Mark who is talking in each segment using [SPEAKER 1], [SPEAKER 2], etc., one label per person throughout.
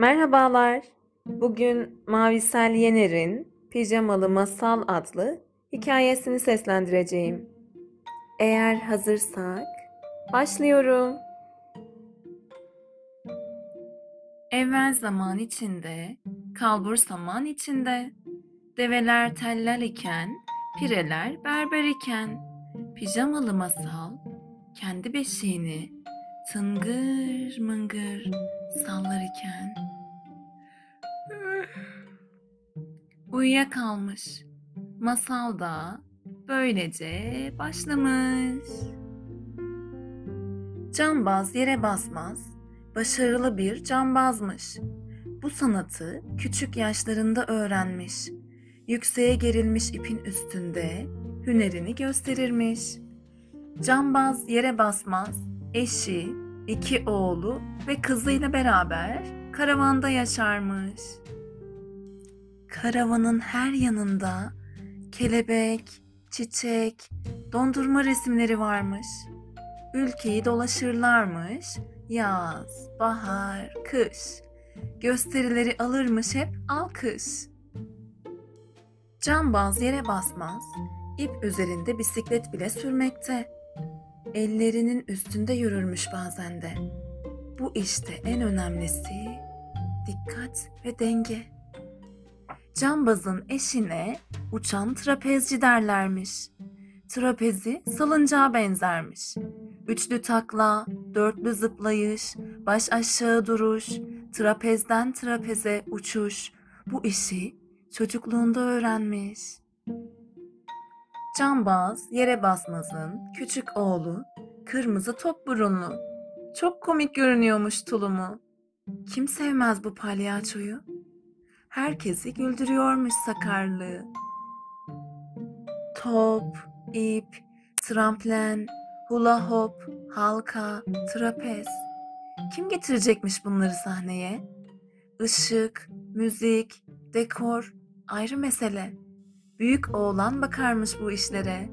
[SPEAKER 1] Merhabalar. Bugün Mavisel Yener'in Pijamalı Masal adlı hikayesini seslendireceğim. Eğer hazırsak başlıyorum. Evvel zaman içinde, kalbur saman içinde, develer tellal iken, pireler berber iken, pijamalı masal kendi beşiğini tıngır mıngır sallar iken uyuyakalmış. Masal da böylece başlamış. Cambaz yere basmaz, başarılı bir cambazmış. Bu sanatı küçük yaşlarında öğrenmiş. Yükseğe gerilmiş ipin üstünde hünerini gösterirmiş. Cambaz yere basmaz, eşi, 2 oğlu ve kızıyla beraber karavanda yaşarmış. Karavanın her yanında kelebek, çiçek, dondurma resimleri varmış. Ülkeyi dolaşırlarmış, yaz, bahar, kış. Gösterileri alırmış hep alkış. Cambaz yere basmaz, ip üzerinde bisiklet bile sürmekte. Ellerinin üstünde yürürmüş bazen de. Bu işte en önemlisi dikkat ve denge. Cambazın eşine uçan trapezci derlermiş. Trapezi salıncağa benzermiş. Üçlü takla, dörtlü zıplayış, baş aşağı duruş, trapezden trapeze uçuş. Bu işi çocukluğunda öğrenmiş. Cambaz yere basmazın küçük oğlu kırmızı top burunlu. Çok komik görünüyormuş tulumu. Kim sevmez bu palyaçoyu? Herkesi güldürüyormuş sakarlığı. Top, ip, tramplen, hula hop, halka, trapez. Kim getirecekmiş bunları sahneye? Işık, müzik, dekor ayrı mesele. Büyük oğlan bakarmış bu işlere.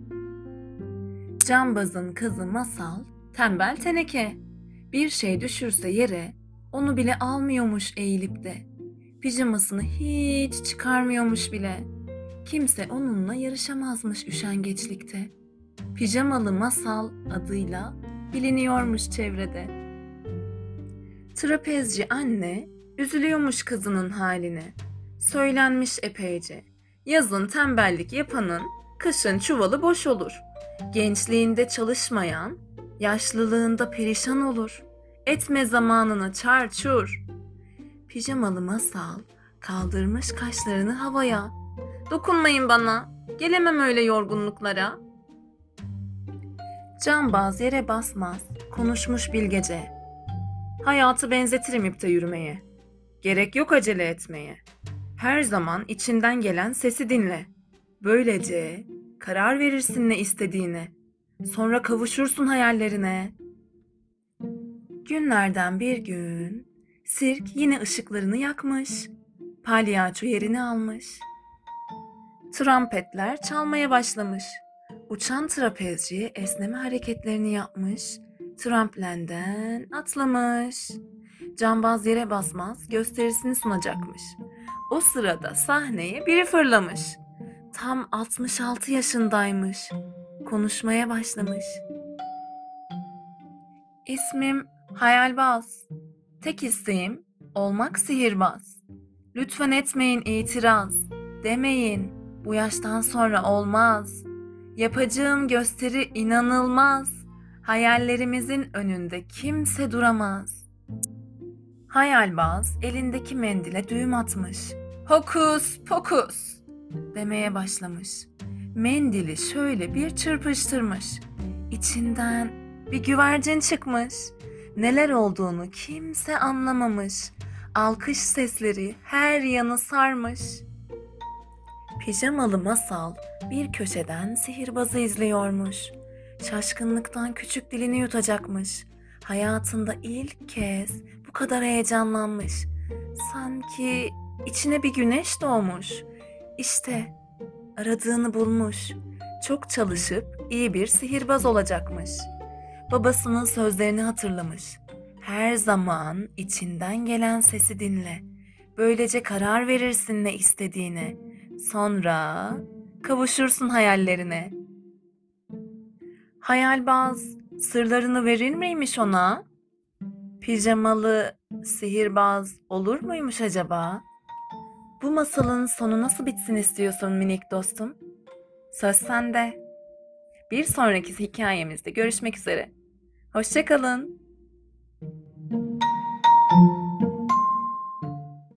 [SPEAKER 1] Cambazın kızı Masal, tembel teneke. Bir şey düşürse yere, onu bile almıyormuş eğilip de. Pijamasını hiç çıkarmıyormuş bile. Kimse onunla yarışamazmış üşengeçlikte. Pijamalı Masal adıyla biliniyormuş çevrede. Trapezci anne üzülüyormuş kızının haline. Söylenmiş epeyce. Yazın tembellik yapanın kışın çuvalı boş olur. Gençliğinde çalışmayan yaşlılığında perişan olur. Etme zamanını çarçur. Pijamalı Masal kaldırmış kaşlarını havaya. Dokunmayın bana, gelemem öyle yorgunluklara. Cambaz yere basmaz, konuşmuş bilgece. Hayatı benzetirim ipte yürümeye. Gerek yok acele etmeye. Her zaman içinden gelen sesi dinle. Böylece karar verirsin ne istediğine. Sonra kavuşursun hayallerine. Günlerden bir gün sirk yine ışıklarını yakmış. Palyaço yerini almış. Trampetler çalmaya başlamış. Uçan trapezci esneme hareketlerini yapmış. Tramplenden atlamış. Cambaz yere basmaz gösterisini sunacakmış. O sırada sahneye biri fırlamış. Tam 66 yaşındaymış. Konuşmaya başlamış. İsmim Hayalbaz. Tek isteğim olmak sihirbaz. Lütfen etmeyin itiraz. Demeyin bu yaştan sonra olmaz. Yapacağım gösteri inanılmaz. Hayallerimizin önünde kimse duramaz. Hayalbaz elindeki mendile düğüm atmış. Hokus pokus demeye başlamış. Mendili şöyle bir çırpıştırmış. İçinden bir güvercin çıkmış. Neler olduğunu kimse anlamamış. Alkış sesleri her yanı sarmış. Pijamalı Masal bir köşeden sihirbazı izliyormuş. Şaşkınlıktan küçük dilini yutacakmış. Hayatında ilk kez bu kadar heyecanlanmış. Sanki içine bir güneş doğmuş. İşte aradığını bulmuş. Çok çalışıp iyi bir sihirbaz olacakmış. Babasının sözlerini hatırlamış. Her zaman içinden gelen sesi dinle. Böylece karar verirsin ne istediğine. Sonra kavuşursun hayallerine. Hayalbaz sırlarını verir miymiş ona? Pijamalı sihirbaz olur muymuş acaba? Bu masalın sonu nasıl bitsin istiyorsun minik dostum? Söz sende. Bir sonraki hikayemizde görüşmek üzere. Hoşça kalın.